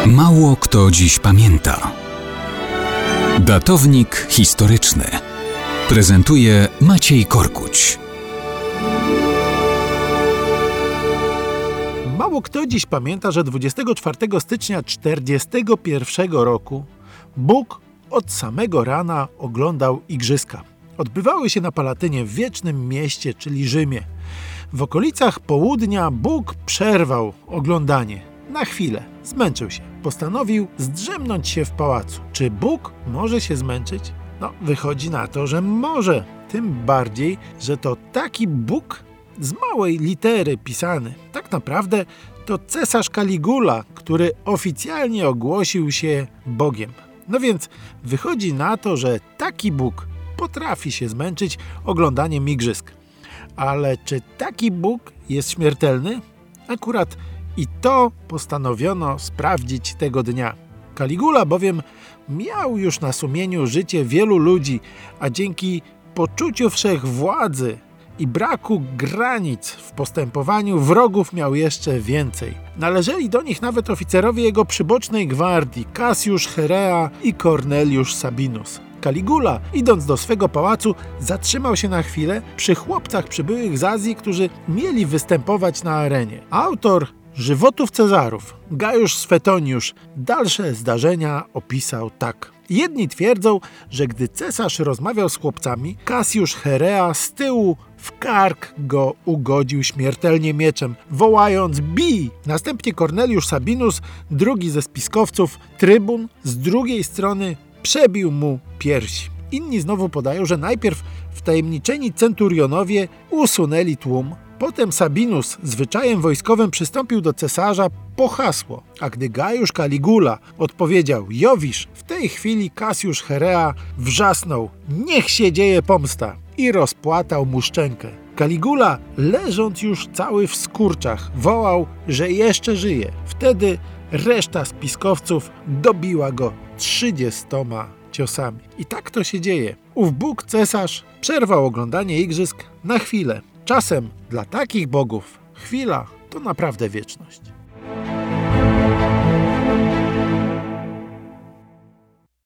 Mało kto dziś pamięta. Datownik historyczny prezentuje Maciej Korkuć. Mało kto dziś pamięta, że 24 stycznia 1941 roku Bóg od samego rana oglądał igrzyska. Odbywały się na Palatynie w Wiecznym Mieście, czyli Rzymie. W okolicach południa Bóg przerwał oglądanie. Na chwilę. Zmęczył się. Postanowił zdrzemnąć się w pałacu. Czy Bóg może się zmęczyć? No, wychodzi na to, że może. Tym bardziej, że to taki Bóg z małej litery pisany. Tak naprawdę to cesarz Kaligula, który oficjalnie ogłosił się Bogiem. No więc wychodzi na to, że taki Bóg potrafi się zmęczyć oglądaniem igrzysk. Ale czy taki Bóg jest śmiertelny? Akurat i to postanowiono sprawdzić tego dnia. Kaligula bowiem miał już na sumieniu życie wielu ludzi, a dzięki poczuciu wszechwładzy i braku granic w postępowaniu wrogów miał jeszcze więcej. Należeli do nich nawet oficerowie jego przybocznej gwardii, Cassius Cherea i Cornelius Sabinus. Kaligula, idąc do swego pałacu, zatrzymał się na chwilę przy chłopcach przybyłych z Azji, którzy mieli występować na arenie. Autor Żywotów Cezarów, Gajusz Swetoniusz, dalsze zdarzenia opisał tak. Jedni twierdzą, że gdy cesarz rozmawiał z chłopcami, Cassius Cherea z tyłu w kark go ugodził śmiertelnie mieczem, wołając bij! Następnie Cornelius Sabinus, drugi ze spiskowców, trybun, z drugiej strony przebił mu piersi. Inni znowu podają, że najpierw wtajemniczeni centurionowie usunęli tłum, potem Sabinus zwyczajem wojskowym przystąpił do cesarza po hasło, a gdy Gajusz Kaligula odpowiedział Jowisz, w tej chwili Cassius Cherea wrzasnął niech się dzieje pomsta i rozpłatał mu szczękę. Kaligula, leżąc już cały w skurczach, wołał, że jeszcze żyje. Wtedy reszta spiskowców dobiła go 30 ciosami. I tak to się dzieje. Ów Bóg cesarz przerwał oglądanie igrzysk na chwilę. Czasem dla takich bogów chwila to naprawdę wieczność.